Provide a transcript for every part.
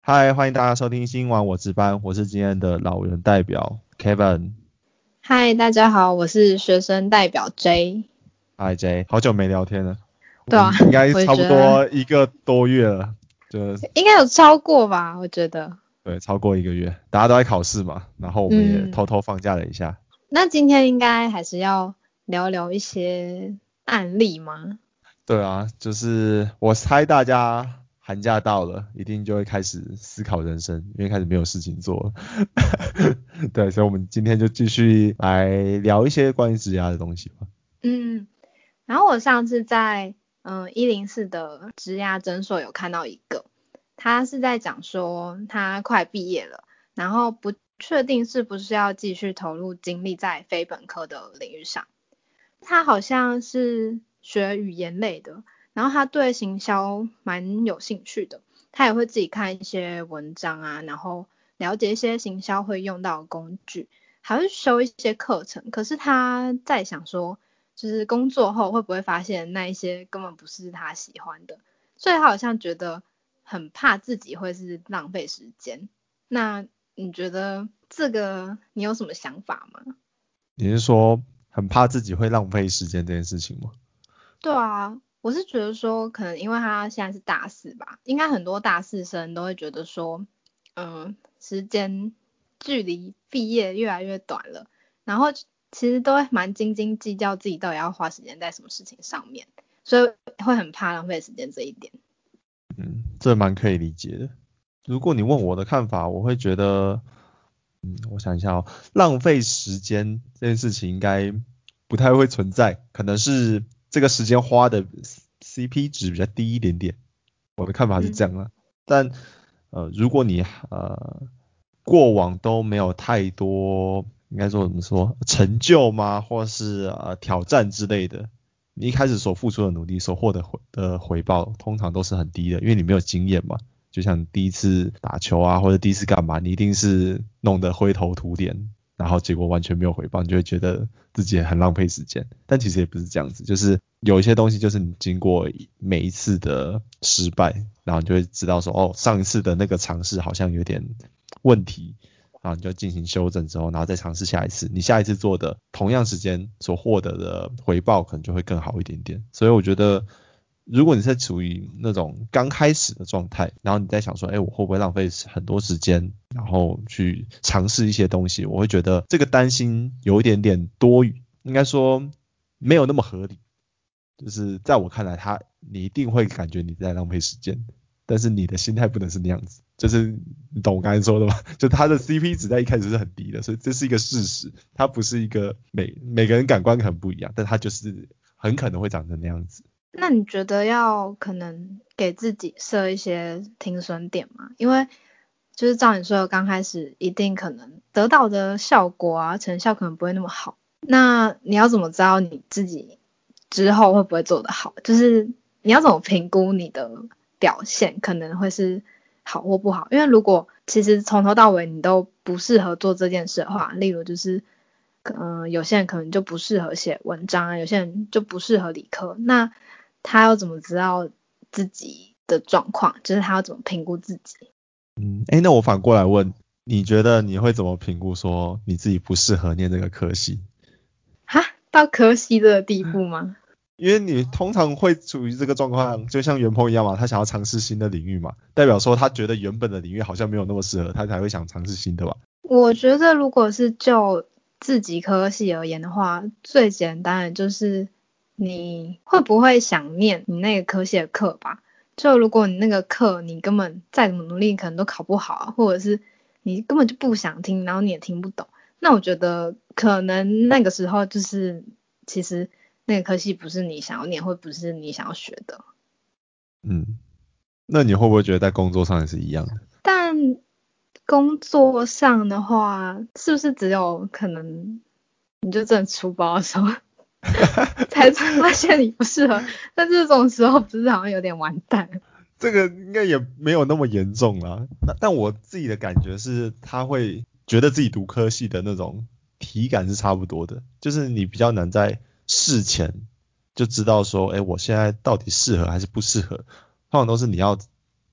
嗨，欢迎大家收听新闻我值班，我是今天的老人代表 Kevin。 嗨，大家好，我是学生代表 J。 嗨 J，好久没聊天了，我对啊， 们应该我也差不觉得多1个多月了，就应该有超过吧，我觉得。 对，超过1个月，大家都在考试嘛，然后我们也偷嗯， 偷放假了一下。 那今天应该还是要聊聊一些案例吗？ 对啊，就是我猜大家寒假到了，一定就会开始思考人生，因为开始没有事情做了。对，所以我们今天就继续来聊一些关于职涯的东西吧。 嗯，然后我上次在104的职涯诊所有看到一个，他是在讲说他快毕业了，然后不确定是不是要继续投入精力在非本科的领域上。他好像是学语言类的，然后他对行销蛮有兴趣的，他也会自己看一些文章啊，然后了解一些行销会用到的工具，还会修一些课程。可是他在想说，就是工作后会不会发现那一些根本不是他喜欢的，所以他好像觉得很怕自己会是浪费时间。那你觉得这个你有什么想法吗？ 你是说很怕自己会浪费时间这件事情吗？ 对啊，我是觉得说，可能因为他现在是大四吧，应该很多大四生都会觉得说，时间距离毕业越来越短了，然后其实都会蛮斤斤计较自己到底要花时间在什么事情上面，所以会很怕浪费时间这一点。 这蛮可以理解的。如果你问我的看法，我会觉得，我想一下哦，浪费时间这件事情应该不太会存在，可能是这个时间花的 CP 值比较低一点点。我的看法是这嗯样啦。但如果你过往都没有太多，应该说怎么说成就吗，或是挑战之类的，你一开始所付出的努力所获得的回报，通常都是很低的，因为你没有经验嘛。就像你第一次打球啊，或者第一次干嘛，你一定是弄得灰头土脸，然后结果完全没有回报，你就会觉得自己很浪费时间。但其实也不是这样子，就是有一些东西，就是你经过每一次的失败，然后你就会知道说，哦，上一次的那个尝试好像有点问题，然后你就进行修正之后，然后再尝试下一次，你下一次做的同样时间所获得的回报可能就会更好一点点。所以我觉得，如果你是处于那种刚开始的状态，然后你在想说，哎，我会不会浪费很多时间，然后去尝试一些东西，我会觉得这个担心有一点点多余，应该说没有那么合理。就是在我看来，你一定会感觉你在浪费时间，但是你的心态不能是那样子。就是你懂我刚才说的吗？就它的 CP 值在一开始是很低的，所以这是一个事实，它不是一个每个人感官很不一样，但它就是很可能会长成那样子。 那你觉得要可能给自己设一些停损点吗？因为就是照你说的，刚开始一定可能得到的效果啊，成效可能不会那么好。那你要怎么知道你自己之后会不会做得好？就是你要怎么评估你的表现可能会是好或不好？因为如果其实从头到尾你都不适合做这件事的话，例如就是有些人可能就不适合写文章啊，有些人就不适合理科，那他要怎么知道自己的状况？就是他要怎么评估自己？ 那我反过来问，你觉得你会怎么评估说你自己不适合念这个科系？ 哈，到科西的地步吗？ 因为你通常会处于这个状况，就像袁鹏一样嘛，他想要尝试新的领域嘛，代表说他觉得原本的领域好像没有那么适合，他才会想尝试新的吧。 我觉得如果是就自己科系而言的话，最简单的就是你会不会想念你那个科系的课吧？就如果你那个课你根本再怎么努力可能都考不好啊，或者是你根本就不想听，然后你也听不懂，那我觉得可能那个时候就是其实那个科系不是你想要念，或不是你想要学的。 嗯，那你会不会觉得在工作上也是一样的？ 但工作上的话，是不是只有可能你就真的出包的时候才发现你不适合？但这种时候不是好像有点完蛋？ 这个应该也没有那么严重啦。但我自己的感觉是，他会觉得自己读科系的那种体感是差不多的，就是你比较难在事前就知道说，哎，我现在到底适合还是不适合。通常都是你要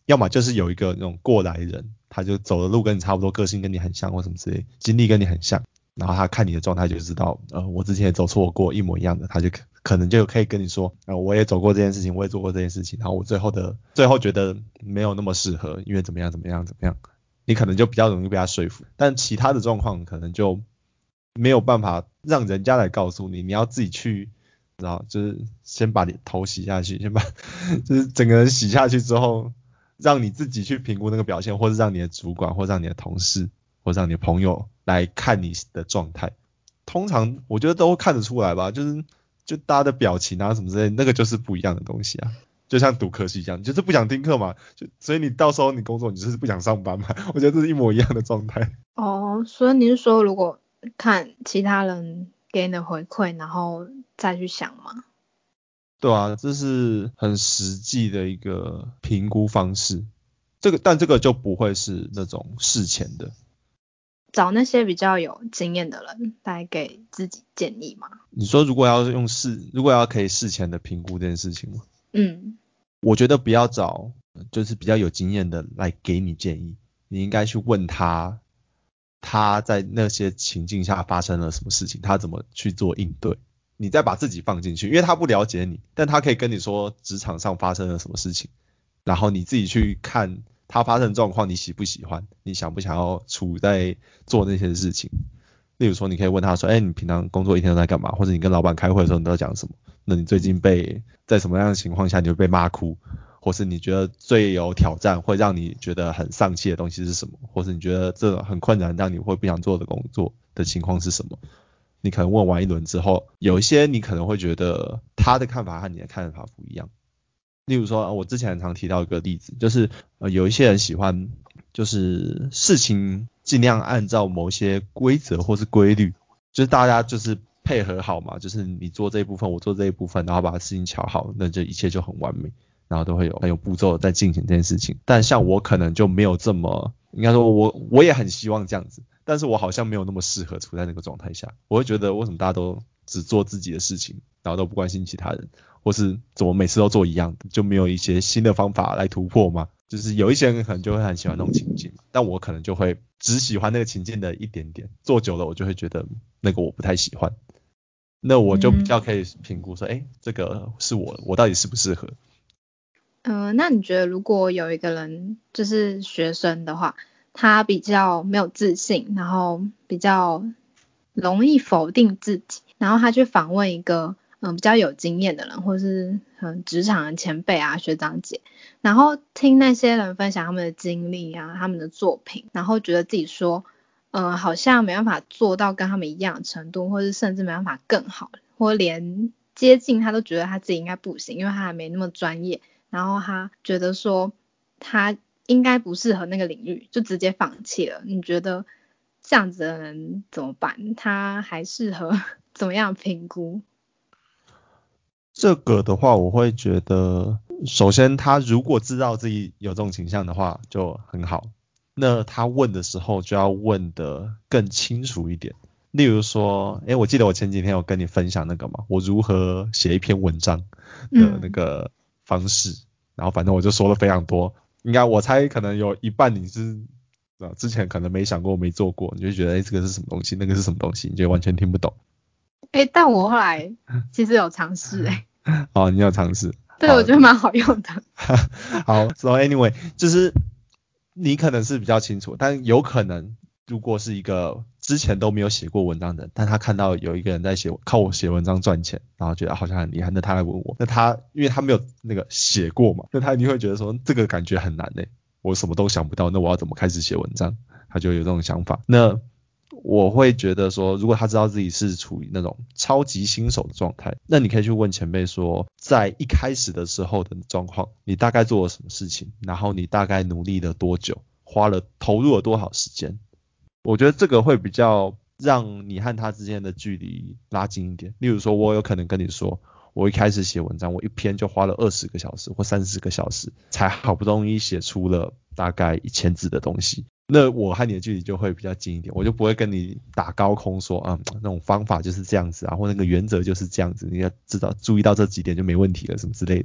要么就是有一个那种过来人，他就走的路跟你差不多，个性跟你很像或什么之类，经历跟你很像，然后他看你的状态就知道，我之前也走错过一模一样的，他就可能就可以跟你说，我也走过这件事情，我也做过这件事情，然后我最后觉得没有那么适合，因为怎么样，你可能就比较容易被他说服。但其他的状况可能就没有办法让人家来告诉你，你要自己去，然后就是先把你头洗下去，就是整个人洗下去之后，让你自己去评估那个表现，或是让你的主管，或让你的同事，或让你的朋友来看你的状态。通常我觉得都看得出来吧，就大家的表情啊什么之类的，那个就是不一样的东西啊。就像读科系一样，你就是不想听课嘛，所以你到时候你工作你就是不想上班嘛，我觉得这是一模一样的状态。 哦，所以你是说如果看其他人给你的回馈，然后再去想吗？ 对啊，这是很实际的一个评估方式。但这个就不会是那种事前的。 找那些比较有经验的人来给自己建议吗？ 你说如果要可以事前的评估这件事情吗？ 嗯。 我觉得不要找就是比较有经验的来给你建议，你应该去问他在那些情境下发生了什么事情，他怎么去做应对，你再把自己放进去，因为他不了解你，但他可以跟你说职场上发生了什么事情，然后你自己去看他发生的状况，你喜不喜欢，你想不想要处在做那些事情。例如说你可以问他说，你平常工作一天都在干嘛，或者你跟老板开会的时候你都在讲什么，那你最近在什么样的情况下你会被骂哭，或是你觉得最有挑战会让你觉得很丧气的东西是什么，或是你觉得这很困难让你会不想做的工作的情况是什么。你可能问完一轮之后，有一些你可能会觉得他的看法和你的看法不一样。例如说，我之前很常提到一个例子，就是有一些人喜欢就是事情尽量按照某些规则或是规律，就是大家就是配合好嘛，就是你做这一部分，我做这一部分，然后把事情瞧好，那就一切就很完美，然后都会有很有步骤的在进行这件事情。但像我可能就没有这么，应该说我也很希望这样子，但是我好像没有那么适合处在那个状态下。我会觉得为什么大家都只做自己的事情，然后都不关心其他人，或是怎么每次都做一样的，就没有一些新的方法来突破吗？就是有一些人可能就会很喜欢那种情境，但我可能就会只喜欢那个情境的一点点，做久了我就会觉得那个我不太喜欢，那我就比较可以评估说，这个是我到底适不适合。 那你觉得如果有一个人就是学生的话，他比较没有自信，然后比较容易否定自己，然后他去访问一个比较有经验的人，或是职场的前辈啊、学长姐，然后听那些人分享他们的经历啊、他们的作品，然后觉得自己说好像没办法做到跟他们一样的程度，或是甚至没办法更好，或连接近他都觉得他自己应该不行，因为他还没那么专业。然后他觉得说他应该不适合那个领域，就直接放弃了。你觉得这样子的人怎么办？他还适合怎么样评估？ 这个的话，我会觉得，首先他如果知道自己有这种倾向的话，就很好。那他问的时候就要问得更清楚一点。例如说，我记得我前几天有跟你分享那个嘛，我如何写一篇文章的那个方式，然后反正我就说了非常多。应该我猜可能有一半你是之前可能没想过没做过，你就觉得这个是什么东西，那个是什么东西，你就完全听不懂。 但我后来其实有尝试好，你有尝试。 对，我觉得蛮好用的。 好，so anyway，就是你可能是比较清楚，但有可能如果是一个之前都没有写过文章的人，但他看到有一个人在靠我写文章赚钱，然后觉得好像很厉害，那他来问我，那他因为他没有那个写过嘛，那他一定会觉得说这个感觉很难我什么都想不到，那我要怎么开始写文章？他就有这种想法。那我会觉得说，如果他知道自己是处于那种超级新手的状态，那你可以去问前辈说，在一开始的时候的状况，你大概做了什么事情，然后你大概努力了多久，投入了多少时间。我觉得这个会比较让你和他之间的距离拉近一点。例如说，我有可能跟你说，我一开始写文章，我一篇就花了20个小时或30个小时，才好不容易写出了大概1000字的东西。那我和你的距离就会比较近一点，我就不会跟你打高空说，那种方法就是这样子啊，或那个原则就是这样子，你要注意到这几点就没问题了什么之类的。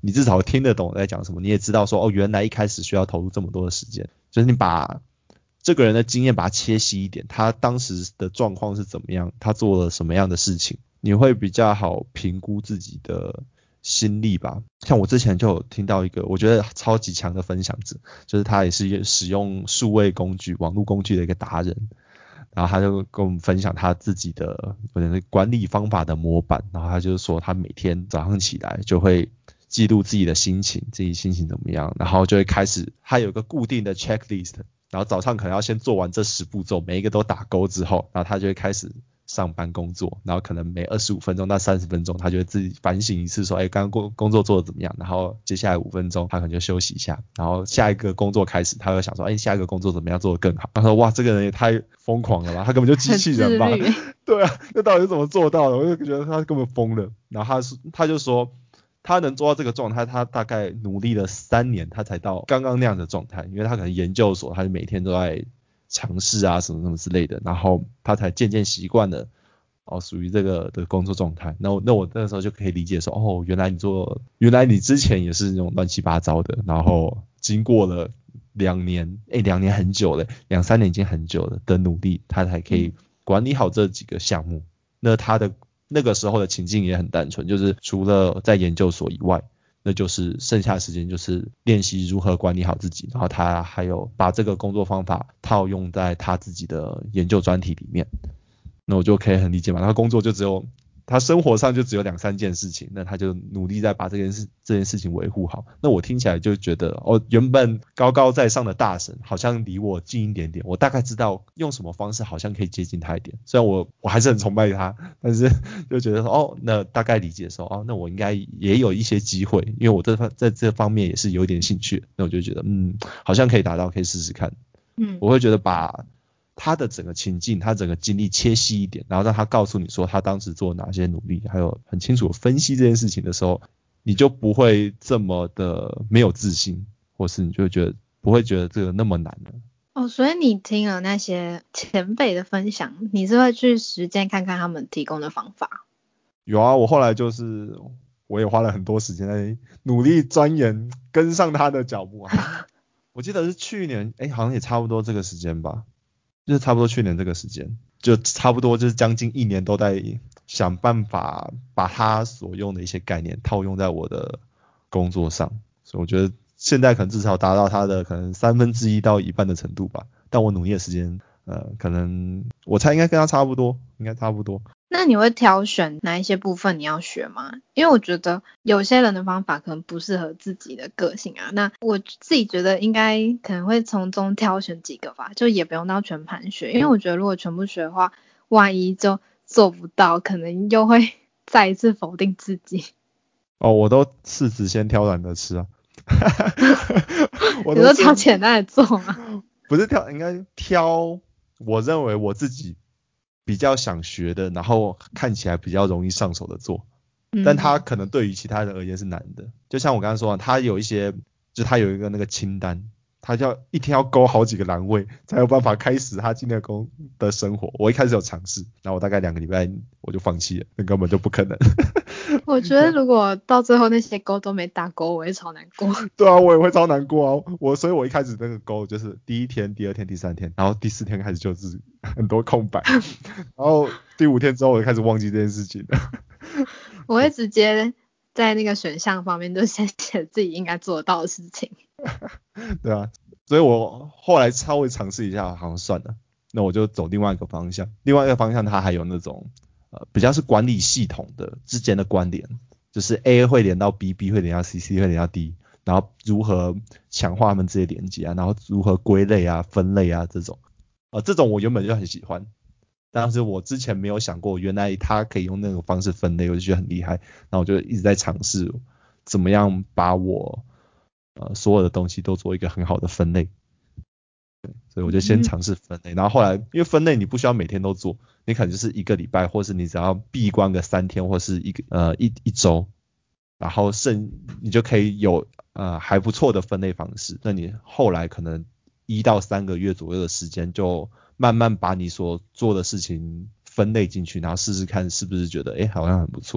你至少听得懂我在讲什么，你也知道说原来一开始需要投入这么多的时间，就是你把这个人的经验把它切细一点，他当时的状况是怎么样，他做了什么样的事情，你会比较好评估自己的心力吧。像我之前就有听到一个我觉得超级强的分享者，就是他也是使用数位工具网络工具的一个达人，然后他就跟我们分享他自己的管理方法的模板，然后他就是说他每天早上起来就会记录自己的心情，自己心情怎么样，然后就会开始他有一个固定的 checklist， 然后早上可能要先做完这10步骤，每一个都打勾之后，然后他就会开始上班工作，然后可能每25分钟到30分钟他就会自己反省一次说刚刚工作做得怎么样，然后接下来5分钟他可能就休息一下，然后下一个工作开始他会想说下一个工作怎么样做得更好。他说哇这个人也太疯狂了吧，他根本就机器人吧对啊，那到底是怎么做到的，我就觉得他根本疯了。然后他就说他能做到这个状态，他大概努力了3年他才到刚刚那样的状态，因为他可能研究所他就每天都在尝试啊什么什么之类的，然后他才渐渐习惯了属于这个的工作状态。那我那个时候就可以理解说原来你之前也是那种乱七八糟的，然后经过了2年2年很久了，2-3年已经很久了的努力，他才可以管理好这几个项目。那他的那个时候的情境也很单纯，就是除了在研究所以外，那就是剩下的时间就是练习如何管理好自己，然后他还有把这个工作方法套用在他自己的研究专题里面。那我就可以很理解嘛，他工作就只有他生活上就只有2-3件事情，那他就努力在把这件事情维护好。那我听起来就觉得原本高高在上的大神好像离我近一点点，我大概知道用什么方式好像可以接近他一点，虽然我还是很崇拜他，但是就觉得说那大概理解说那我应该也有一些机会，因为我在这方面也是有点兴趣，那我就觉得好像可以达到，可以试试看。我会觉得把他的整个情境，他整个经历切细一点，然后让他告诉你说他当时做哪些努力，还有很清楚的分析这件事情的时候，你就不会这么的没有自信，或是你就会不会觉得这个那么难了。 所以你听了那些前辈的分享，你是会去实践看看他们提供的方法？ 有啊，我后来我也花了很多时间在努力钻研，跟上他的脚步啊。我记得是去年，好像也差不多这个时间吧。就是差不多去年这个时间，就差不多就是将近1年都在想办法把他所用的一些概念套用在我的工作上，所以我觉得现在可能至少达到他的可能1/3到1半的程度吧，但我努力的时间可能我猜应该跟他差不多，应该差不多。 那你会挑选哪一些部分你要学吗？因为我觉得有些人的方法可能不适合自己的个性啊，那我自己觉得应该可能会从中挑选几个吧，就也不用到全盘学，因为我觉得如果全部学的话，万一就做不到，可能又会再一次否定自己。 我都柿子先挑软的吃啊。 你说挑简单的做吗？ 不是应该挑我认为我自己比较想学的，然后看起来比较容易上手的做，但他可能对于其他人而言是难的。就像我刚刚说他有一些，就他有一个那个清单，他就一天要勾好几个栏位，才有办法开始他今天的生活。我一开始有尝试，然后我大概2个礼拜我就放弃了，那根本就不可能。 我觉得如果到最后那些勾都没打勾，我会超难过。 对啊，我也会超难过啊。所以我一开始那个勾就是第1天、第2天、第3天，然后第4天开始就是很多空白，然后第5天之后我就开始忘记这件事情了。 我会直接在那个选项方面就先写自己应该做得到的事情。 对啊，所以我后来稍微尝试一下，好像算了，那我就走另外一个方向。另外一个方向它还有那种比较是管理系统的之间的关联，就是 A 会连到 B，B 会连到 C，C 会连到 D， 然后如何强化他们这些连接啊，然后如何归类啊、分类啊这种。这种我原本就很喜欢，但是我之前没有想过原来他可以用那种方式分类，我就觉得很厉害。那我就一直在尝试怎么样把我所有的东西都做一个很好的分类。所以我就先尝试分类，然后后来因为分类你不需要每天都做，你可能就是1个礼拜，或是你只要闭关个3天，或是一周，然后你就可以有还不错的分类方式。那你后来可能1到3个月左右的时间，就慢慢把你所做的事情分类进去，然后试试看是不是觉得好像很不错，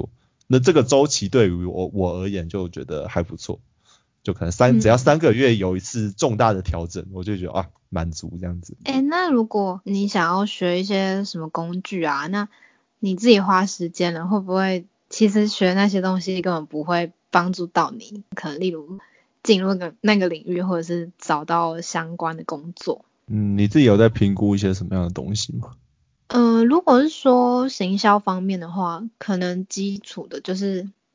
那这个周期对于我而言就觉得还不错，就可能只要3个月有一次重大的调整，我就觉得啊满足这样子。 那如果你想要学一些什么工具啊，那你自己花时间了，会不会其实学那些东西根本不会帮助到你？可能例如进入那个领域，或者是找到相关的工作。 你自己有在评估一些什么样的东西吗？ 如果是说行销方面的话，可能基础的就是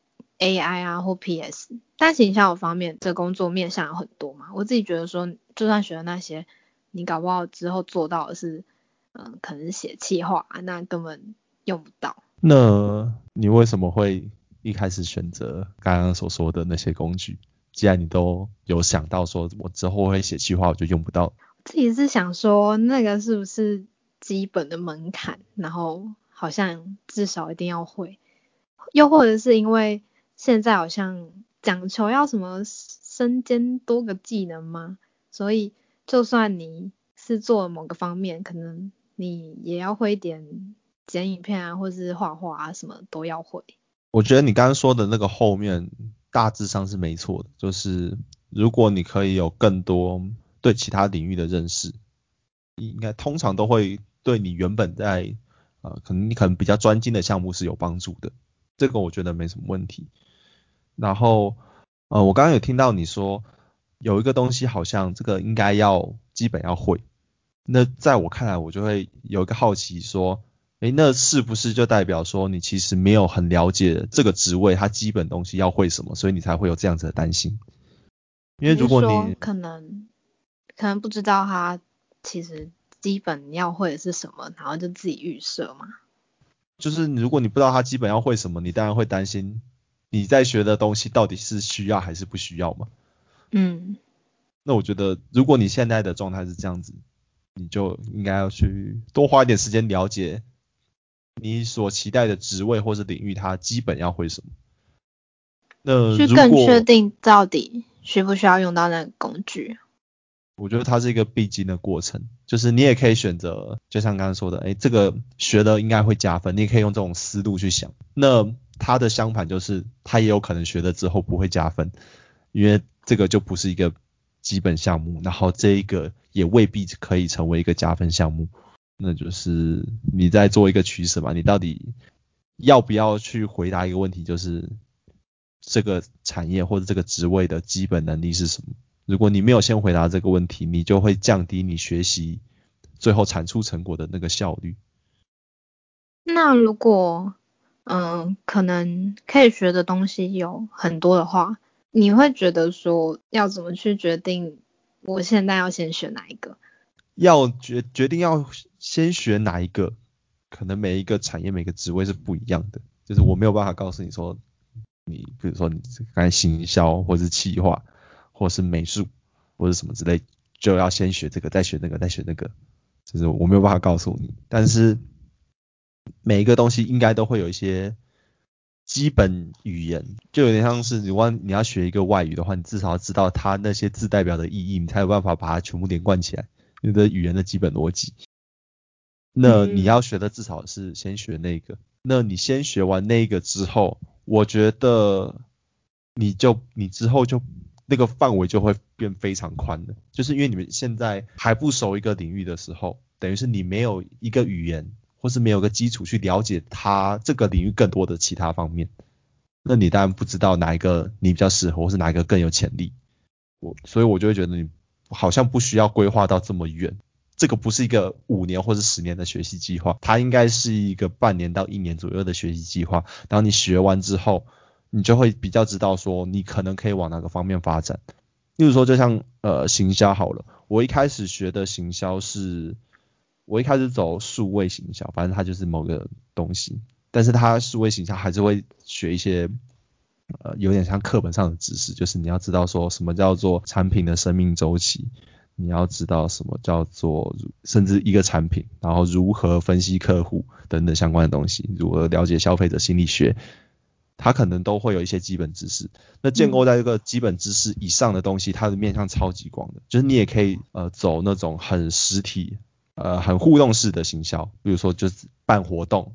AI 啊或 PS， 但行销方面这工作面向有很多嘛，我自己觉得说，就算学了那些，你搞不好之后做到的是，可能是写企划，那根本用不到。 那你为什么会一开始选择刚刚所说的那些工具？既然你都有想到说我之后会写企划，我就用不到。 自己是想说，那个是不是基本的门槛，然后好像至少一定要会，又或者是因为现在好像讲求要什么身兼多个技能吗？所以就算你是做某个方面，可能你也要会一点剪影片啊，或是画画啊，什么都要会。 我觉得你刚刚说的那个后面大致上是没错的，就是如果你可以有更多对其他领域的认识，应该通常都会对你原本在可能比较专精的项目是有帮助的，这个我觉得没什么问题。然后我刚刚有听到你说有一个东西好像这个应该要基本要会，那在我看来我就会有一个好奇说，那是不是就代表说你其实没有很了解这个职位它基本东西要会什么，所以你才会有这样子的担心？因为你是如果你说可能不知道他其实基本要会的是什么，然后就自己预设嘛？ 就是如果你不知道它基本要会什么，你当然会担心你在学的东西到底是需要还是不需要嘛。 嗯。 那我觉得如果你现在的状态是这样子，你就应该要去多花一点时间了解你所期待的职位或是领域它基本要会什么。那去更确如果定到底需不需要用到那个工具。 我觉得它是一个必经的过程，就是你也可以选择，就像刚刚说的，这个学的应该会加分，你也可以用这种思路去想。那它的相反就是，它也有可能学了之后不会加分，因为这个就不是一个基本项目，然后这一个也未必可以成为一个加分项目。那就是你在做一个取舍嘛，你到底要不要去回答一个问题，就是这个产业或者这个职位的基本能力是什么？如果你没有先回答这个问题，你就会降低你学习最后产出成果的那个效率。 那如果可能可以学的东西有很多的话，你会觉得说要怎么去决定我现在要先选哪一个？ 要决定要先学哪一个，可能每一个产业每个职位是不一样的，就是我没有办法告诉你说，你比如说你刚才行销或是企划或是美术或者什么之类，就要先学这个，再学那个，再学那个，就是我没有办法告诉你，但是每一个东西应该都会有一些基本语言，就有点像是你要学一个外语的话，你至少要知道它那些字代表的意义，你才有办法把它全部连贯起来，你的语言的基本逻辑。那你要学的至少是先学那个，那你先学完那个之后，我觉得你之后就那个范围就会变非常宽的，就是因为你们现在还不熟一个领域的时候，等于是你没有一个语言或是没有个基础去了解它这个领域更多的其他方面，那你当然不知道哪一个你比较适合，或是哪一个更有潜力。所以我就会觉得你好像不需要规划到这么远，这个不是一个5年或是10年的学习计划，它应该是一个半年到1年左右的学习计划。当你学完之后，你就会比较知道说你可能可以往哪个方面发展。例如说，就像行销好了，我一开始学的行销是，我一开始走数位行销，反正它就是某个东西，但是它数位行销还是会学一些有点像课本上的知识，就是你要知道说什么叫做产品的生命周期，你要知道什么叫做甚至一个产品，然后如何分析客户等等相关的东西，如何了解消费者心理学，它可能都会有一些基本知识。那建构在这个基本知识以上的东西，它的面向超级广的，就是你也可以走那种很实体很互动式的行销，比如说就是办活动，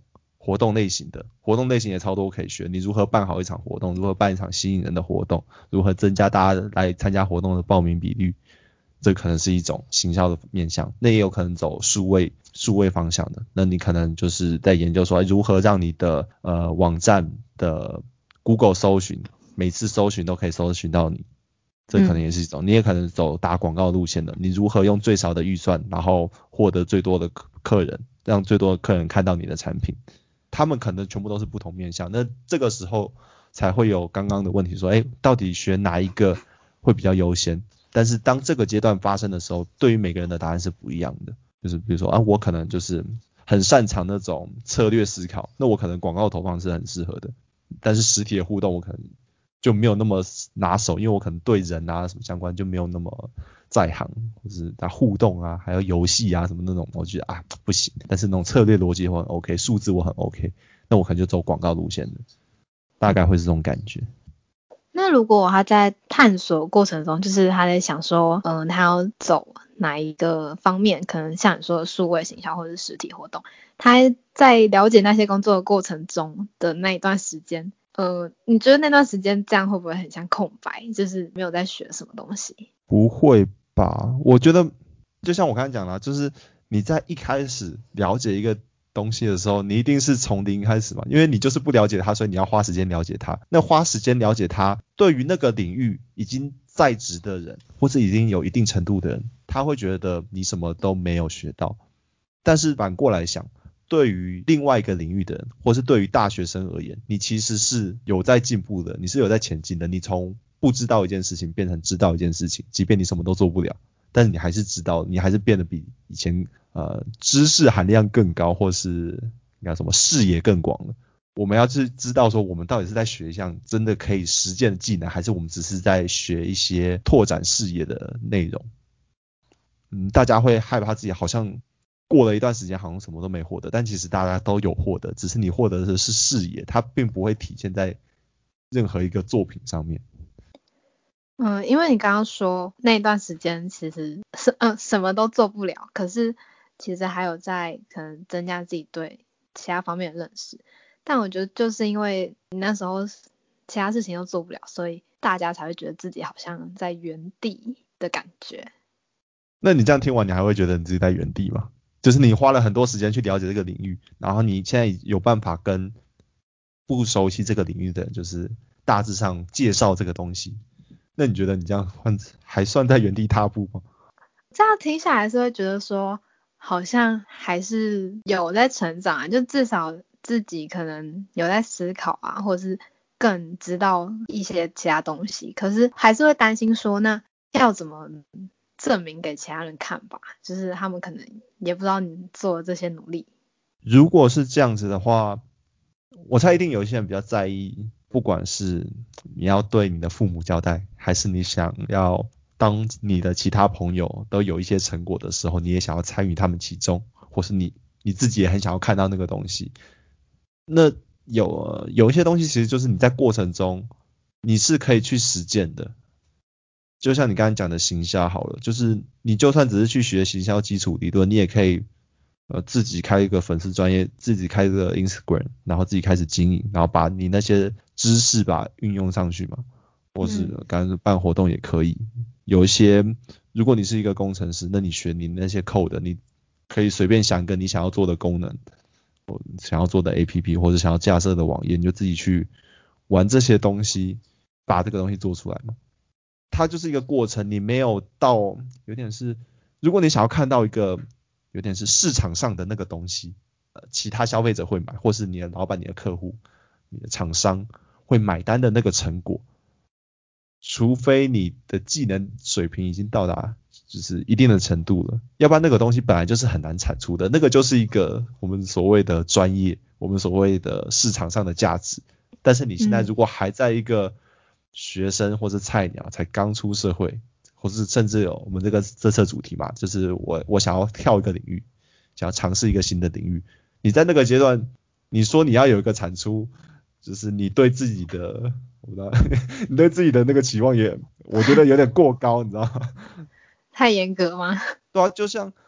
活动类型的，活动类型也超多可以学，你如何办好一场活动，如何办一场吸引人的活动，如何增加大家来参加活动的报名比率，这可能是一种行销的面向。那也有可能走数位方向的，那你可能就是在研究说如何让你的网站的 Google 搜寻每次搜寻都可以搜寻到你，这可能也是一种。你也可能走打广告路线的，你如何用最少的预算然后获得最多的客人，让最多的客人看到你的产品，他们可能全部都是不同面向。那这个时候才会有刚刚的问题说到底学哪一个会比较优先。但是当这个阶段发生的时候，对于每个人的答案是不一样的。就是比如说我可能就是很擅长那种策略思考，那我可能广告投放是很适合的，但是实体的互动我可能就没有那么拿手，因为我可能对人啊什么相关就没有那么在行，或是他互动啊还有游戏啊什么那种我觉得不行。但是那种策略逻辑我很 OK， 数字我很 OK， 那我可能就走广告路线的，大概会是这种感觉。 那如果他在探索过程中，就是他在想说，他要走哪一个方面，可能像你说的数位行销或者是实体活动，他在了解那些工作的过程中的那一段时间，你觉得那段时间这样会不会很像空白，就是没有在学什么东西？ 不会吧？我觉得就像我刚才讲的，就是你在一开始了解一个东西的时候，你一定是从零开始嘛，因为你就是不了解它，所以你要花时间了解它。那花时间了解它，对于那个领域已经在职的人，或是已经有一定程度的人，他会觉得你什么都没有学到。但是反过来想，对于另外一个领域的人，或是对于大学生而言，你其实是有在进步的，你是有在前进的。你从不知道一件事情变成知道一件事情，即便你什么都做不了，但是你还是知道，你还是变得比以前知识含量更高，或是应该什么视野更广了。我们要去知道说我们到底是在学一项真的可以实践的技能，还是我们只是在学一些拓展视野的内容。大家会害怕自己好像过了一段时间好像什么都没获得，但其实大家都有获得，只是你获得的是视野，它并不会体现在任何一个作品上面。 因为你刚刚说那段时间其实是什么都做不了，可是其实还有在可能增加自己对其他方面的认识。但我觉得就是因为你那时候其他事情都做不了，所以大家才会觉得自己好像在原地的感觉。 那你这样听完，你还会觉得你自己在原地吗？就是你花了很多时间去了解这个领域，然后你现在有办法跟不熟悉这个领域的人，就是大致上介绍这个东西，那你觉得你这样还算在原地踏步吗？ 这样听下来是会觉得说，好像还是有在成长啊，就至少自己可能有在思考啊，或者是更知道一些其他东西，可是还是会担心说，那要怎么证明给其他人看吧？就是他们可能也不知道你做的这些努力。 如果是这样子的话，我猜一定有一些人比较在意，不管是你要对你的父母交代，还是你想要当你的其他朋友都有一些成果的时候，你也想要参与他们其中，或是你自己也很想要看到那个东西。那有一些东西其实就是你在过程中你是可以去实践的，就像你刚刚讲的行销好了，就是你就算只是去学行销基础理论，你也可以自己开一个粉丝专页，自己开一个 Instagram， 然后自己开始经营，然后把你那些知识运用上去嘛，或是刚刚办活动也可以。有一些如果你是一个工程师，那你学你那些 code， 你可以随便想一个你想要做的功能，想要做的 APP 或者想要架设的网页，你就自己去玩这些东西，把这个东西做出来嘛。它就是一个过程，你没有到有点是，如果你想要看到一个有点是市场上的那个东西，其他消费者会买，或是你的老板、你的客户、你的厂商会买单的那个成果，除非你的技能水平已经到达就是一定的程度了，要不然那个东西本来就是很难产出的，那个就是一个我们所谓的专业，我们所谓的市场上的价值。但是你现在如果还在一个学生或是菜鸟，才刚出社会，或是甚至有我们这次主题嘛，就是我想要跳一个领域，想要尝试一个新的领域，你在那个阶段，你说你要有一个产出，就是你对自己的，我不知道，你对自己的那个期望我觉得有点过高，你知道吗？ 太严格吗？ 对啊，就像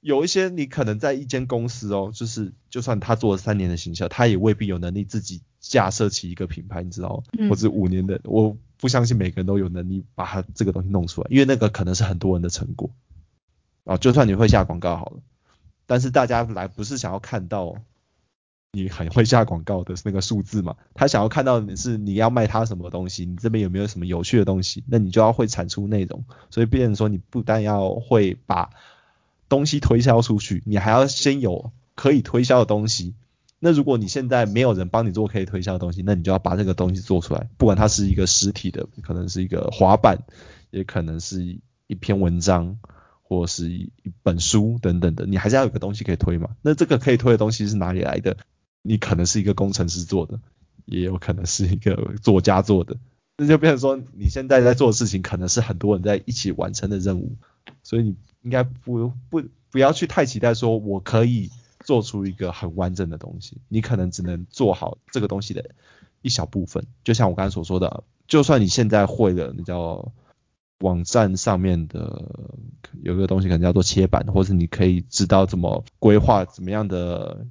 有一些你可能在一间公司哦，就是就算他做了3年的行销，他也未必有能力自己架设起一个品牌，你知道吗？或者5年的，我不相信每个人都有能力把他这个东西弄出来，因为那个可能是很多人的成果啊。就算你会下广告好了，但是大家来不是想要看到你很会下广告的那个数字嘛，他想要看到的是你要卖他什么东西，你这边有没有什么有趣的东西，那你就要会产出内容。所以变成说你不但要会把东西推销出去，你还要先有可以推销的东西。那如果你现在没有人帮你做可以推销的东西，那你就要把这个东西做出来，不管它是一个实体的，可能是一个滑板，也可能是一篇文章，或是一本书等等的，你还是要有个东西可以推嘛。那这个可以推的东西是哪里来的？你可能是一个工程师做的，也有可能是一个作家做的，那就变成说你现在在做的事情可能是很多人在一起完成的任务，所以你应该不要去太期待说我可以做出一个很完整的东西，你可能只能做好这个东西的一小部分。就像我刚才所说的，就算你现在会了，你叫网站上面的有一个东西可能叫做切板，或是你可以知道怎么规划怎么样的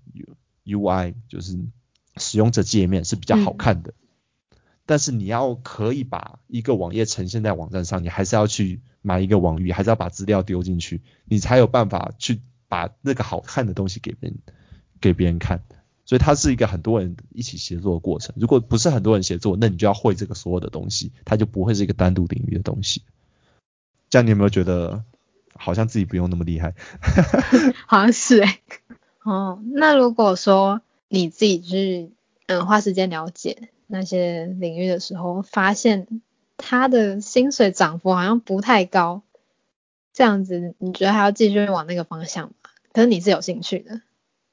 UI， 就是使用者界面是比较好看的。但是你要可以把一个网页呈现在网站上，你还是要去买一个网域，还是要把资料丢进去，你才有办法去把那个好看的东西给别人看。所以它是一个很多人一起协作的过程。如果不是很多人协作，那你就要会这个所有的东西，它就不会是一个单独领域的东西。这样你有没有觉得好像自己不用那么厉害？ 好像是哦，那如果说你自己去花时间了解那些领域的时候，发现他的薪水涨幅好像不太高，这样子你觉得还要继续往那个方向吗？可是你是有兴趣的。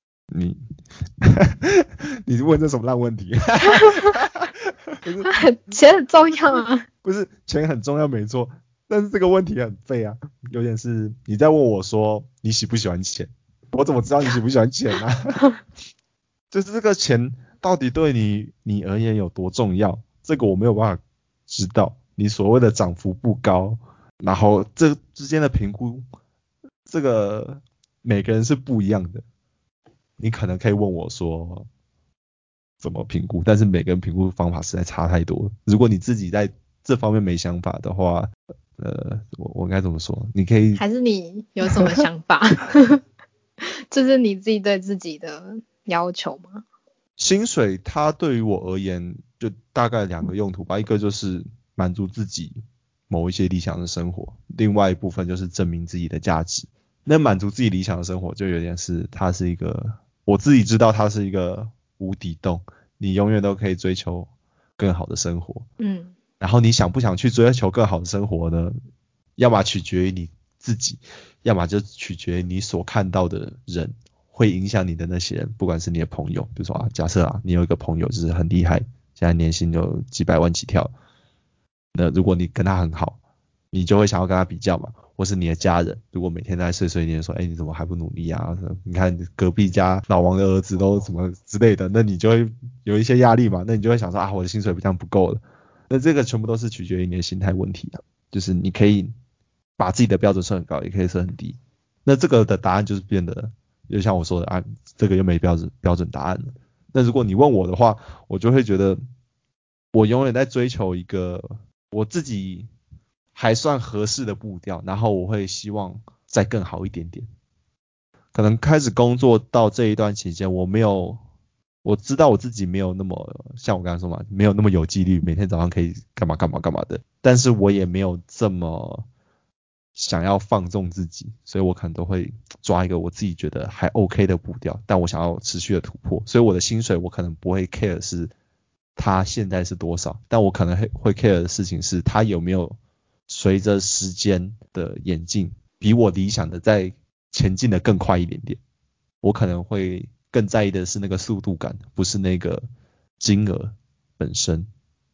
你问这什么烂问题？不是钱很重要啊。 不是钱很重要没错，但是这个问题很废啊，有点是你在问我说你喜不喜欢钱，我怎么知道你喜不喜欢钱啊？就是这个钱到底对你而言有多重要，这个我没有办法知道。你所谓的涨幅不高，然后这之间的评估，这个每个人是不一样的。你可能可以问我说怎么评估，但是每个人评估方法实在差太多了。如果你自己在这方面没想法的话，我该怎么说？你可以还是你有什么想法？这是你自己对自己的要求吗？ 薪水它对于我而言就大概2个用途吧，一个就是满足自己某一些理想的生活，另外一部分就是证明自己的价值。那满足自己理想的生活就有点是它是一个，我自己知道它是一个无底洞，你永远都可以追求更好的生活。然后你想不想去追求更好的生活呢？要么取决于你自己，要么就取决于你所看到的人，会影响你的那些人，不管是你的朋友，比如说假设你有一个朋友就是很厉害，现在年薪有几百万起跳，那如果你跟他很好，你就会想要跟他比较嘛，或是你的家人，如果每天在碎碎念说，你怎么还不努力啊？你看隔壁家老王的儿子都什么之类的，那你就会有一些压力嘛，那你就会想说我的薪水这样不够了。那这个全部都是取决于你的心态问题啊，就是你可以把自己的标准设很高，也可以设很低。那这个的答案就是变得，就像我说的这个又没标准答案了。那如果你问我的话，我就会觉得我永远在追求一个我自己还算合适的步调，然后我会希望再更好一点点。可能开始工作到这一段期间，我知道我自己没有那么像我刚才说嘛，没有那么有纪律，每天早上可以干嘛干嘛干嘛的，但是我也没有这么想要放纵自己，所以我可能都会抓一个我自己觉得还 OK 的步调，但我想要持续的突破，所以我的薪水我可能不会 care 是它现在是多少，但我可能会 care 的事情是它有没有随着时间的演进，比我理想的在前进的更快一点点，我可能会更在意的是那个速度感，不是那个金额本身。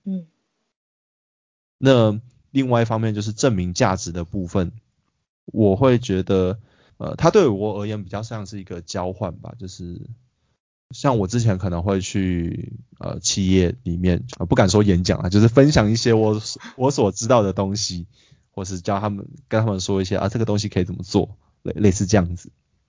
那另外一方面就是证明价值的部分，我会觉得，它对我而言比较像是一个交换吧，就是像我之前可能会去企业里面，不敢说演讲啊，就是分享一些我所知道的东西，或是跟他们说一些这个东西可以怎么做，类似这样子。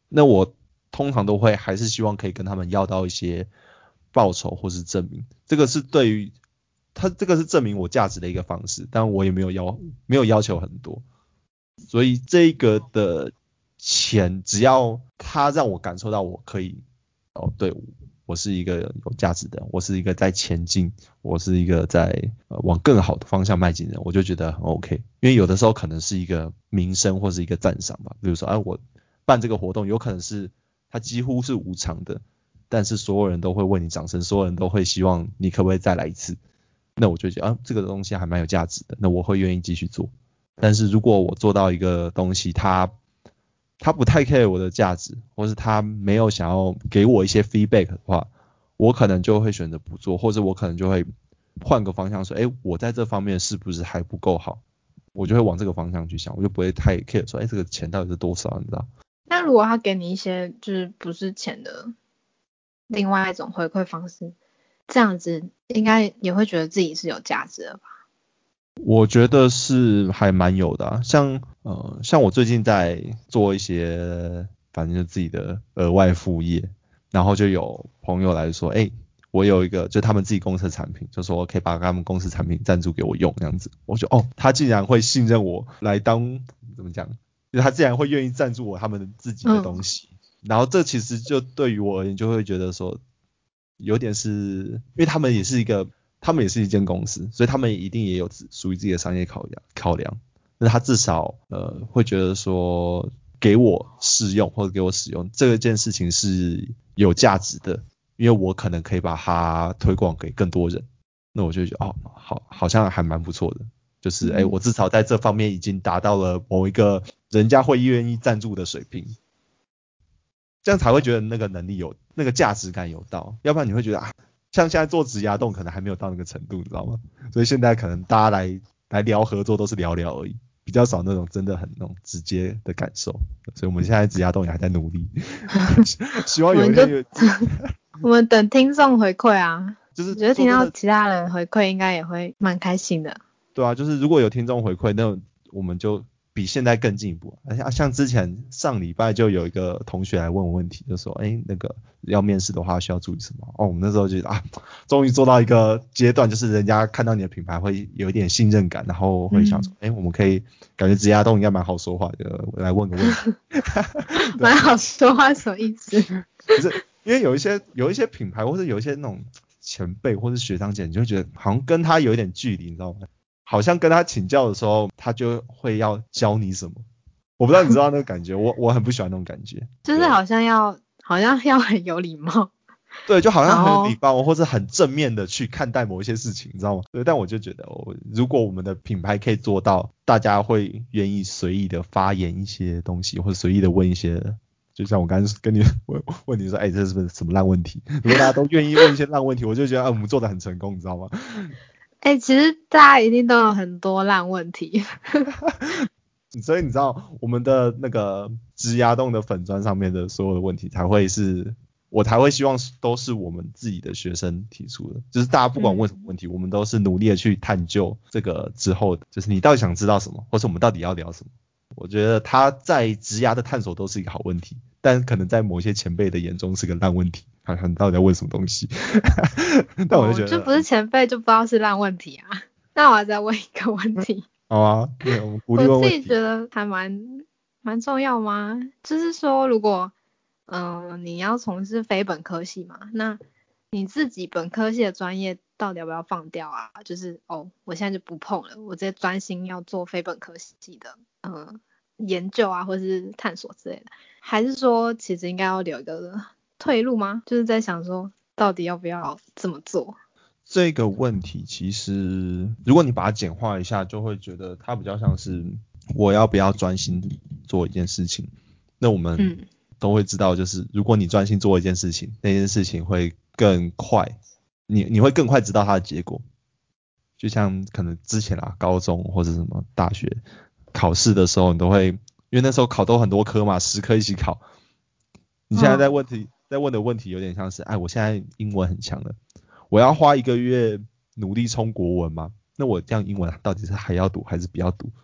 那我通常都会还是希望可以跟他们要到一些报酬或是证明，这个是对于这个是证明我价值的一个方式，但我也没有要求很多，所以这个的钱只要他让我感受到我可以对，我是一个有价值的，我是一个在前进，我是一个在往更好的方向迈进的人，我就觉得很 OK。因为有的时候可能是一个名声或是一个赞赏吧，比如说我办这个活动，有可能是它几乎是无偿的，但是所有人都会为你掌声，所有人都会希望你可不可以再来一次，那我就觉得这个东西还蛮有价值的，那我会愿意继续做。但是如果我做到一个东西，他不太 care 我的价值，或是他没有想要给我一些 feedback 的话，我可能就会选择不做，或者我可能就会换个方向说，我在这方面是不是还不够好，我就会往这个方向去想，我就不会太 care 说，这个钱到底是多少，你知道？ 那如果他给你一些就是不是钱的另外一种回馈方式，这样子应该也会觉得自己是有价值的吧？ 我觉得是还蛮有的像我最近在做一些反正就自己的额外副业，然后就有朋友来说，我有一个就他们自己公司的产品，就说可以把他们公司产品赞助给我用这样子，我就他竟然会信任我来当怎么讲，就是他竟然会愿意赞助我他们自己的东西，然后这其实就对于我而言就会觉得说有点是因为他们也是一间公司，所以他们一定也有属于自己的商业考量。那他至少会觉得说给我试用或者给我使用这件事情是有价值的，因为我可能可以把它推广给更多人。那我就觉得好像还蛮不错的，就是我至少在这方面已经达到了某一个人家会愿意赞助的水平，这样才会觉得那个能力有那个价值感有到，要不然你会觉得像现在做职涯动可能还没有到那个程度，你知道吗？所以现在可能大家来聊合作都是聊聊而已，比较少那种真的很那种直接的感受。所以我们现在职涯动也还在努力，希望有一天我们等听众回馈啊， 就是我觉得听到其他人回馈应该也会蛮开心的。 对啊，就是如果有听众回馈，那我们就比现在更进一步。像之前上礼拜就有一个同学来问我问题，就说那个要面试的话需要注意什么？我们那时候就觉得终于做到一个阶段，就是人家看到你的品牌会有一点信任感，然后会想说我们可以感觉职涯动应该蛮好说话的，来问个问题。 蛮好说话什么意思？ 不是因为有一些品牌或者有一些那种前辈或是学长姐，你就会觉得好像跟他有一点距离，你知道吗？好像跟他请教的时候，他就会要教你什么，我不知道你知道那个感觉，我很不喜欢那种感觉， 就是好像要很有礼貌， 对，就好像很有礼貌或者很正面的去看待某一些事情，你知道吗？对，但我就觉得如果我们的品牌可以做到，大家会愿意随意的发言一些东西，或者随意的问一些，就像我刚刚跟你问你说，这是不是什么烂问题？如果大家都愿意问一些烂问题，我就觉得我们做的很成功，你知道吗？ 其实大家一定都有很多烂问题。 所以你知道我们的那个职涯动的粉专上面的所有的问题我才会希望都是我们自己的学生提出的，就是大家不管问什么问题，我们都是努力的去探究这个之后的，就是你到底想知道什么，或是我们到底要聊什么。我觉得他在职涯的探索都是一个好问题，但可能在某些前辈的眼中是个烂问题，看看到底在问什么东西。但我就觉得这不是前辈就不知道是烂问题啊。那我要再问一个问题。 好啊，对，我们鼓励问问题。 我自己觉得还蛮重要吗？就是说如果你要从事非本科系嘛，那你自己本科系的专业到底要不要放掉啊？就是我现在就不碰了，我直接专心要做非本科系的研究啊，或是探索之类的，还是说其实应该要留一个退路吗？就是在想说到底要不要这么做？ 这个问题其实如果你把它简化一下，就会觉得它比较像是我要不要专心做一件事情。那我们都会知道，就是如果你专心做一件事情，那件事情会更快，你会更快知道它的结果。就像可能之前高中或者什么大学考试的时候，你都会因为那时候考都很多科嘛，10科一起考。你现在在问的问题有点像是我现在英文很强了，我要花1个月努力冲国文吗？那我这样英文到底是还要读还是不要读？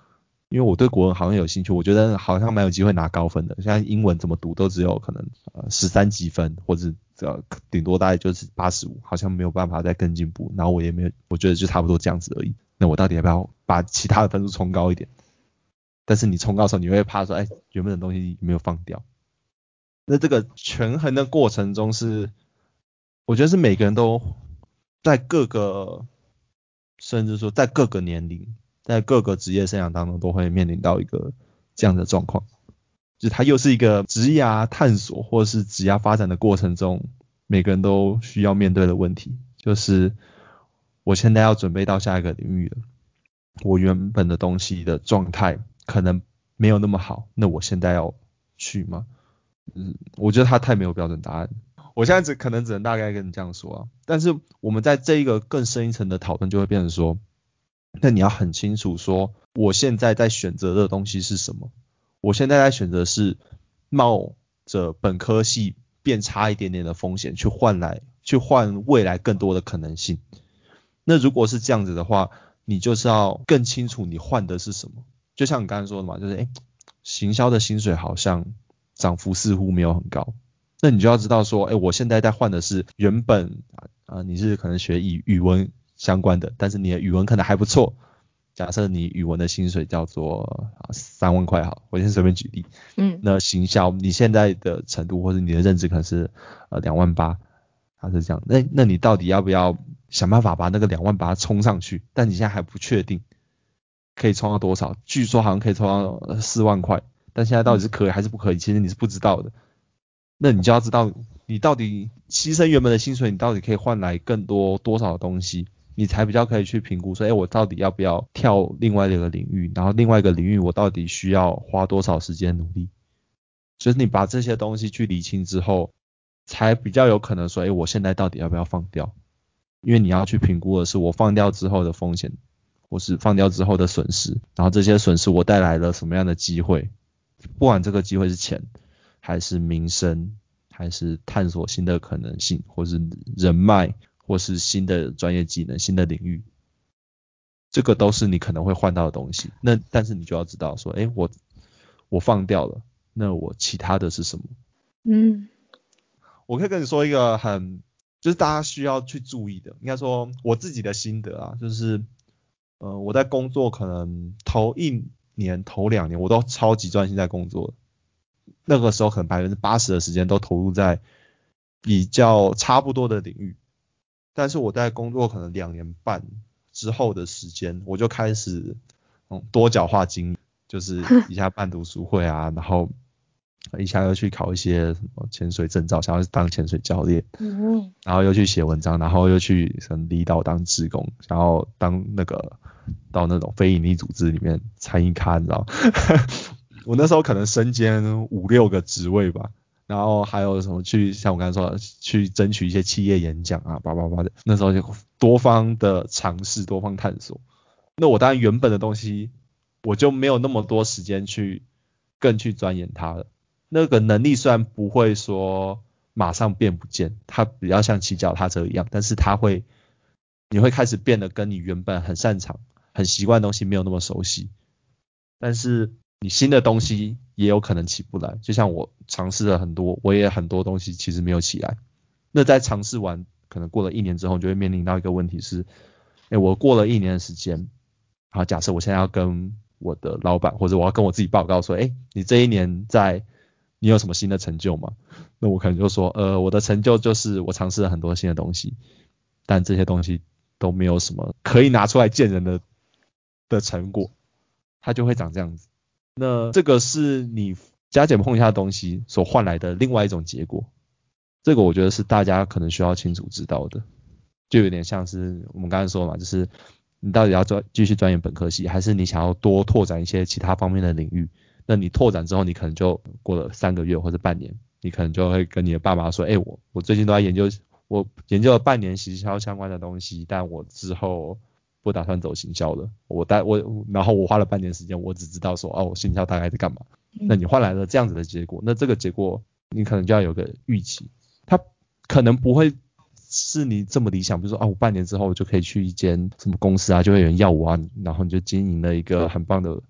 因为我对国文好像有兴趣，我觉得好像蛮有机会拿高分的。现在英文怎么读都只有可能13几分，或者顶多大概就是85，好像没有办法再更进步。然后我也没有，我觉得就差不多这样子而已。那我到底要不要把其他的分数冲高一点？但是你冲高的时候，你会怕说，哎，原本的东西没有放掉。那这个权衡的过程中是，我觉得是每个人都在各个，甚至说在各个年龄，在各个职业生涯当中都会面临到一个这样的状况，就是它又是一个职涯探索或是职涯发展的过程中，每个人都需要面对的问题，就是我现在要准备到下一个领域了，我原本的东西的状态可能没有那么好，那我现在要去吗？我觉得它太没有标准答案。我现在可能只能大概跟你这样说啊，但是我们在这一个更深一层的讨论就会变成说，那你要很清楚说，我现在在选择的东西是什么？我现在在选择是冒着本科系变差一点点的风险去换未来更多的可能性。那如果是这样子的话，你就是要更清楚你换的是什么。就像你刚才说的嘛，就是行销的薪水好像涨幅似乎没有很高，那你就要知道说，我现在在换的是原本你是可能学语文相关的，但是你的语文可能还不错。假设你语文的薪水叫做3万块好，我先随便举例。那行销你现在的程度或者你的认知可能是2万8，它是这样。那你到底要不要想办法把那个2万8冲上去？但你现在还不确定可以冲到多少，据说好像可以冲到4万块，但现在到底是可以还是不可以，其实你是不知道的。那你就要知道你到底牺牲原本的薪水，你到底可以换来更多少的东西，你才比较可以去评估说，我到底要不要跳另外一个领域，然后另外一个领域我到底需要花多少时间努力。就是你把这些东西去理清之后，才比较有可能说，我现在到底要不要放掉？因为你要去评估的是我放掉之后的风险，或是放掉之后的损失，然后这些损失我带来了什么样的机会，不管这个机会是钱，还是名声，还是探索新的可能性，或是人脉，或是新的专业技能、新的领域，这个都是你可能会换到的东西。那但是你就要知道说，我放掉了，那我其他的是什么？我可以跟你说一个就是大家需要去注意的，应该说我自己的心得啊，就是我在工作可能头1年、头2年我都超级专心在工作，那个时候可能80%的时间都投入在比较差不多的领域，但是我在工作可能2年半之后的时间，我就开始多角化经营，就是一下办读书会啊，然后一下又去考一些什么潜水证照，想要当潜水教练，然后又去写文章，然后又去离岛当志工，想要当到那种非营利组织里面参与咖，你知道我那时候可能身兼5-6个职位吧，然后还有什么像我刚才说的去争取一些企业演讲啊，叭叭叭的，那时候就多方的尝试，多方探索。那我当然原本的东西我就没有那么多时间更去钻研它了。那个能力虽然不会说马上变不见，它比较像骑脚踏车一样，但是你会开始变得跟你原本很擅长、很习惯的东西没有那么熟悉。但是你新的东西也有可能起不来，就像我尝试了很多，我也很多东西其实没有起来。那在尝试完，可能过了1年之后，就会面临到一个问题是，我过了1年的时间，好，假设我现在要跟我的老板或者我要跟我自己报告说，你这1年你有什么新的成就吗？那我可能就说，我的成就就是我尝试了很多新的东西，但这些东西都没有什么可以拿出来见人的成果，它就会长这样子。那这个是你加减碰一下的东西所换来的另外一种结果，这个我觉得是大家可能需要清楚知道的，就有点像是我们刚才说的嘛，就是你到底要继续钻研本科系，还是你想要多拓展一些其他方面的领域？那你拓展之后，你可能就过了3个月或者半年，你可能就会跟你的爸妈说，我最近都在我研究了半年行销相关的东西，但我之后不打算走行销了。然后我花了半年时间，我只知道说，我行销大概在干嘛。那你换来了这样子的结果，那这个结果你可能就要有个预期，它可能不会是你这么理想，比如说我半年之后就可以去一间什么公司啊，就会有人要我啊，然后你就经营了一个很棒的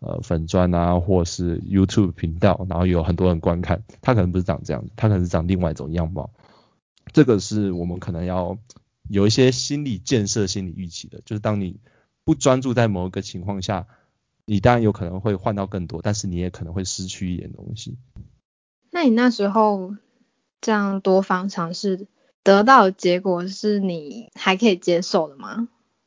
粉专啊，或是 YouTube 频道，然后有很多人观看，他可能不是长这样，他可能是长另外一种样貌。这个是我们可能要有一些心理建设、心理预期的，就是当你不专注在某一个情况下，你当然有可能会换到更多，但是你也可能会失去一点东西。 那你那时候这样多方尝试得到的结果是你还可以接受的吗？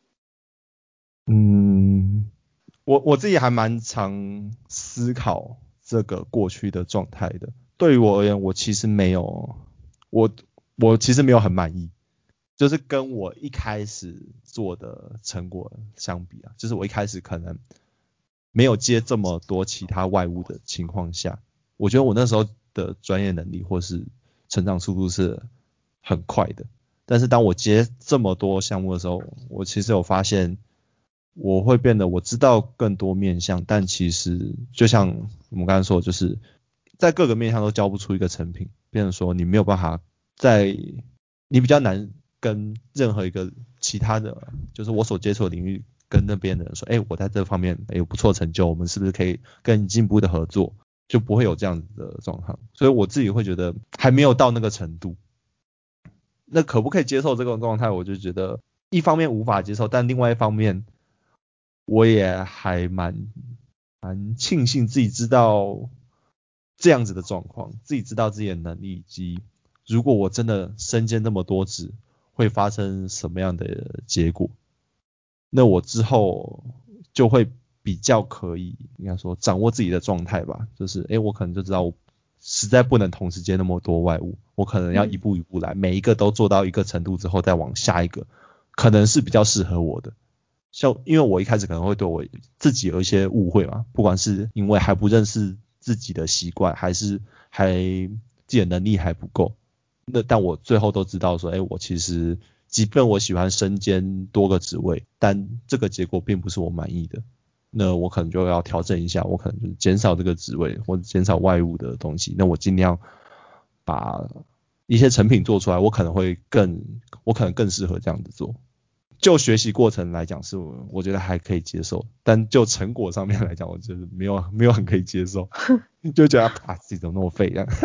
我自己还蛮常思考这个过去的状态的。对于我而言，我其实没有，我其实没有很满意，就是跟我一开始做的成果相比啊，就是我一开始可能没有接这么多其他外务的情况下，我觉得我那时候的专业能力或是成长速度是很快的。但是当我接这么多项目的时候，我其实有发现我会变得我知道更多面向，但其实就像我们刚才说的，就是在各个面向都交不出一个成品，变成说你没有办法你比较难跟任何一个其他的，就是我所接触的领域跟那边的人说，我在这方面有不错成就，我们是不是可以更进一步的合作，就不会有这样子的状况。所以我自己会觉得还没有到那个程度。那可不可以接受这种状态？我就觉得一方面无法接受，但另外一方面我也还蛮庆幸自己知道这样子的状况，自己知道自己的能力，以及如果我真的身兼那么多职，会发生什么样的结果。那我之后就会比较可以应该说掌握自己的状态吧，就是我可能就知道我实在不能同时接那么多外务，我可能要一步一步来，每一个都做到一个程度之后再往下一个，可能是比较适合我的。像因为我一开始可能会对我自己有一些误会嘛，不管是因为还不认识自己的习惯，还是自己的能力还不够，但我最后都知道说，我其实即便我喜欢身兼多个职位，但这个结果并不是我满意的，那我可能就要调整一下，我可能就是减少这个职位或者减少外务的东西，那我尽量把一些成品做出来，我可能更适合这样子做。就学习过程来讲是我觉得还可以接受，但就成果上面来讲，我觉得没有很可以接受，就觉得自己怎么那么废这样。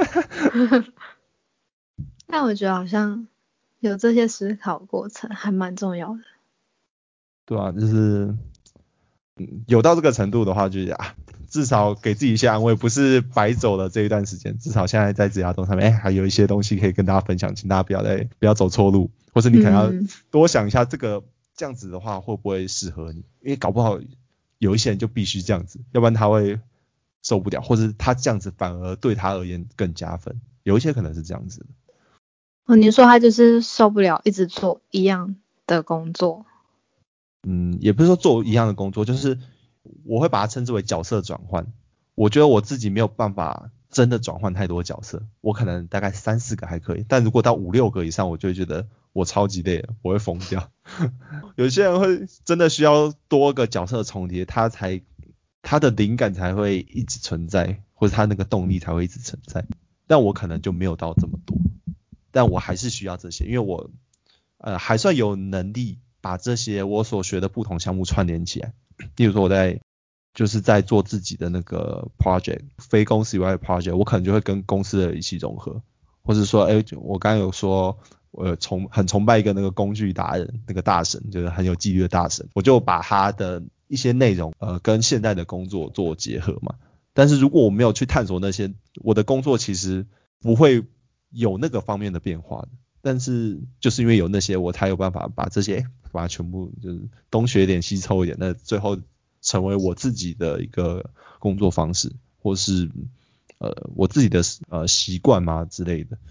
但我觉得好像有这些思考过程还蛮重要的。 对啊，就是有到这个程度的话，就是至少给自己一些安慰，不是白走了这一段时间，至少现在在职涯动上面，还有一些东西可以跟大家分享，请大家不要走错路，或是你可能要多想一下这样子的话会不会适合你，因为搞不好有一些人就必须这样子，要不然他会受不了，或者他这样子反而对他而言更加分，有一些可能是这样子的。 你说他就是受不了一直做一样的工作。 也不是说做一样的工作，就是我会把它称之为角色转换。我觉得我自己没有办法真的转换太多角色，我可能大概3-4个还可以，但如果到5-6个以上，我就会觉得我超级累了，我会疯掉。有些人会真的需要多个角色重叠，他的灵感才会一直存在，或者他那个动力才会一直存在。但我可能就没有到这么多，但我还是需要这些，因为我还算有能力把这些我所学的不同项目串联起来。例如说就是在做自己的那个 project， 非公司以外的 project， 我可能就会跟公司的一起融合，或是说我刚刚有说很崇拜一个那个工具达人，那个大神，就是很有纪律的大神，我就把他的一些内容跟现在的工作做结合嘛。但是如果我没有去探索那些，我的工作其实不会有那个方面的变化的。但是就是因为有那些，我才有办法把这些把它全部就是东学一点西抽一点，那最后成为我自己的一个工作方式，或是我自己的习惯嘛之类的。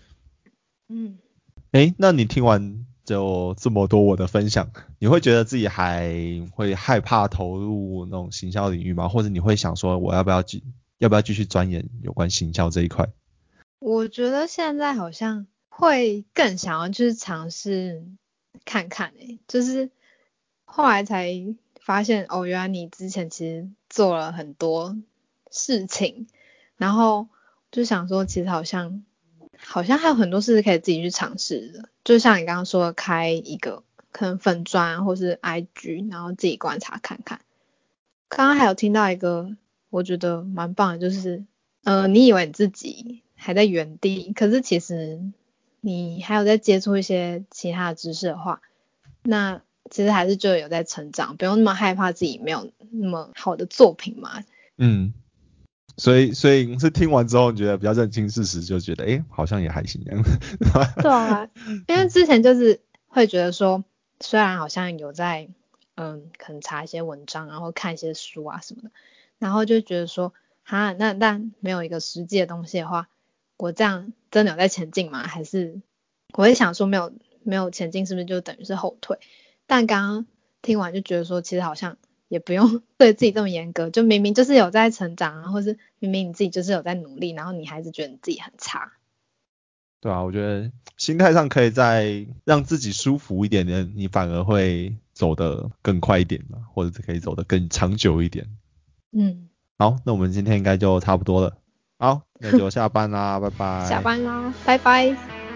那你听完就这么多我的分享，你会觉得自己还会害怕投入那种行销领域吗？或者你会想说我要不要继续钻研有关行销这一块？ 我觉得现在好像会更想要去尝试看看就是后来才发现原来你之前其实做了很多事情，然后就想说其实好像还有很多事是可以自己去尝试的，就像你刚刚说的开一个可能粉专或是 IG， 然后自己观察看看。刚刚还有听到一个我觉得蛮棒的，就是你以为你自己还在原地，可是其实你还有在接触一些其他的知识的话，那其实还是就有在成长，不用那么害怕自己没有那么好的作品嘛。 所以你是听完之后，你觉得比较认清事实，就觉得好像也还行这样。 对啊，因为之前就是会觉得说，虽然好像有在可能查一些文章，然后看一些书啊什么的，然后就觉得说，那但没有一个实际的东西的话，我这样真的有在前进吗？还是我会想说没有前进，是不是就等于是后退？但刚刚听完就觉得说，其实好像也不用对自己这么严格，就明明就是有在成长啊，或是明明你自己就是有在努力，然后你还是觉得你自己很差。 对啊，我觉得心态上可以再让自己舒服一点点，你反而会走得更快一点嘛，或者是可以走得更长久一点。好，那我们今天应该就差不多了。好，那就下班啦，拜下拜。 班啦，拜拜。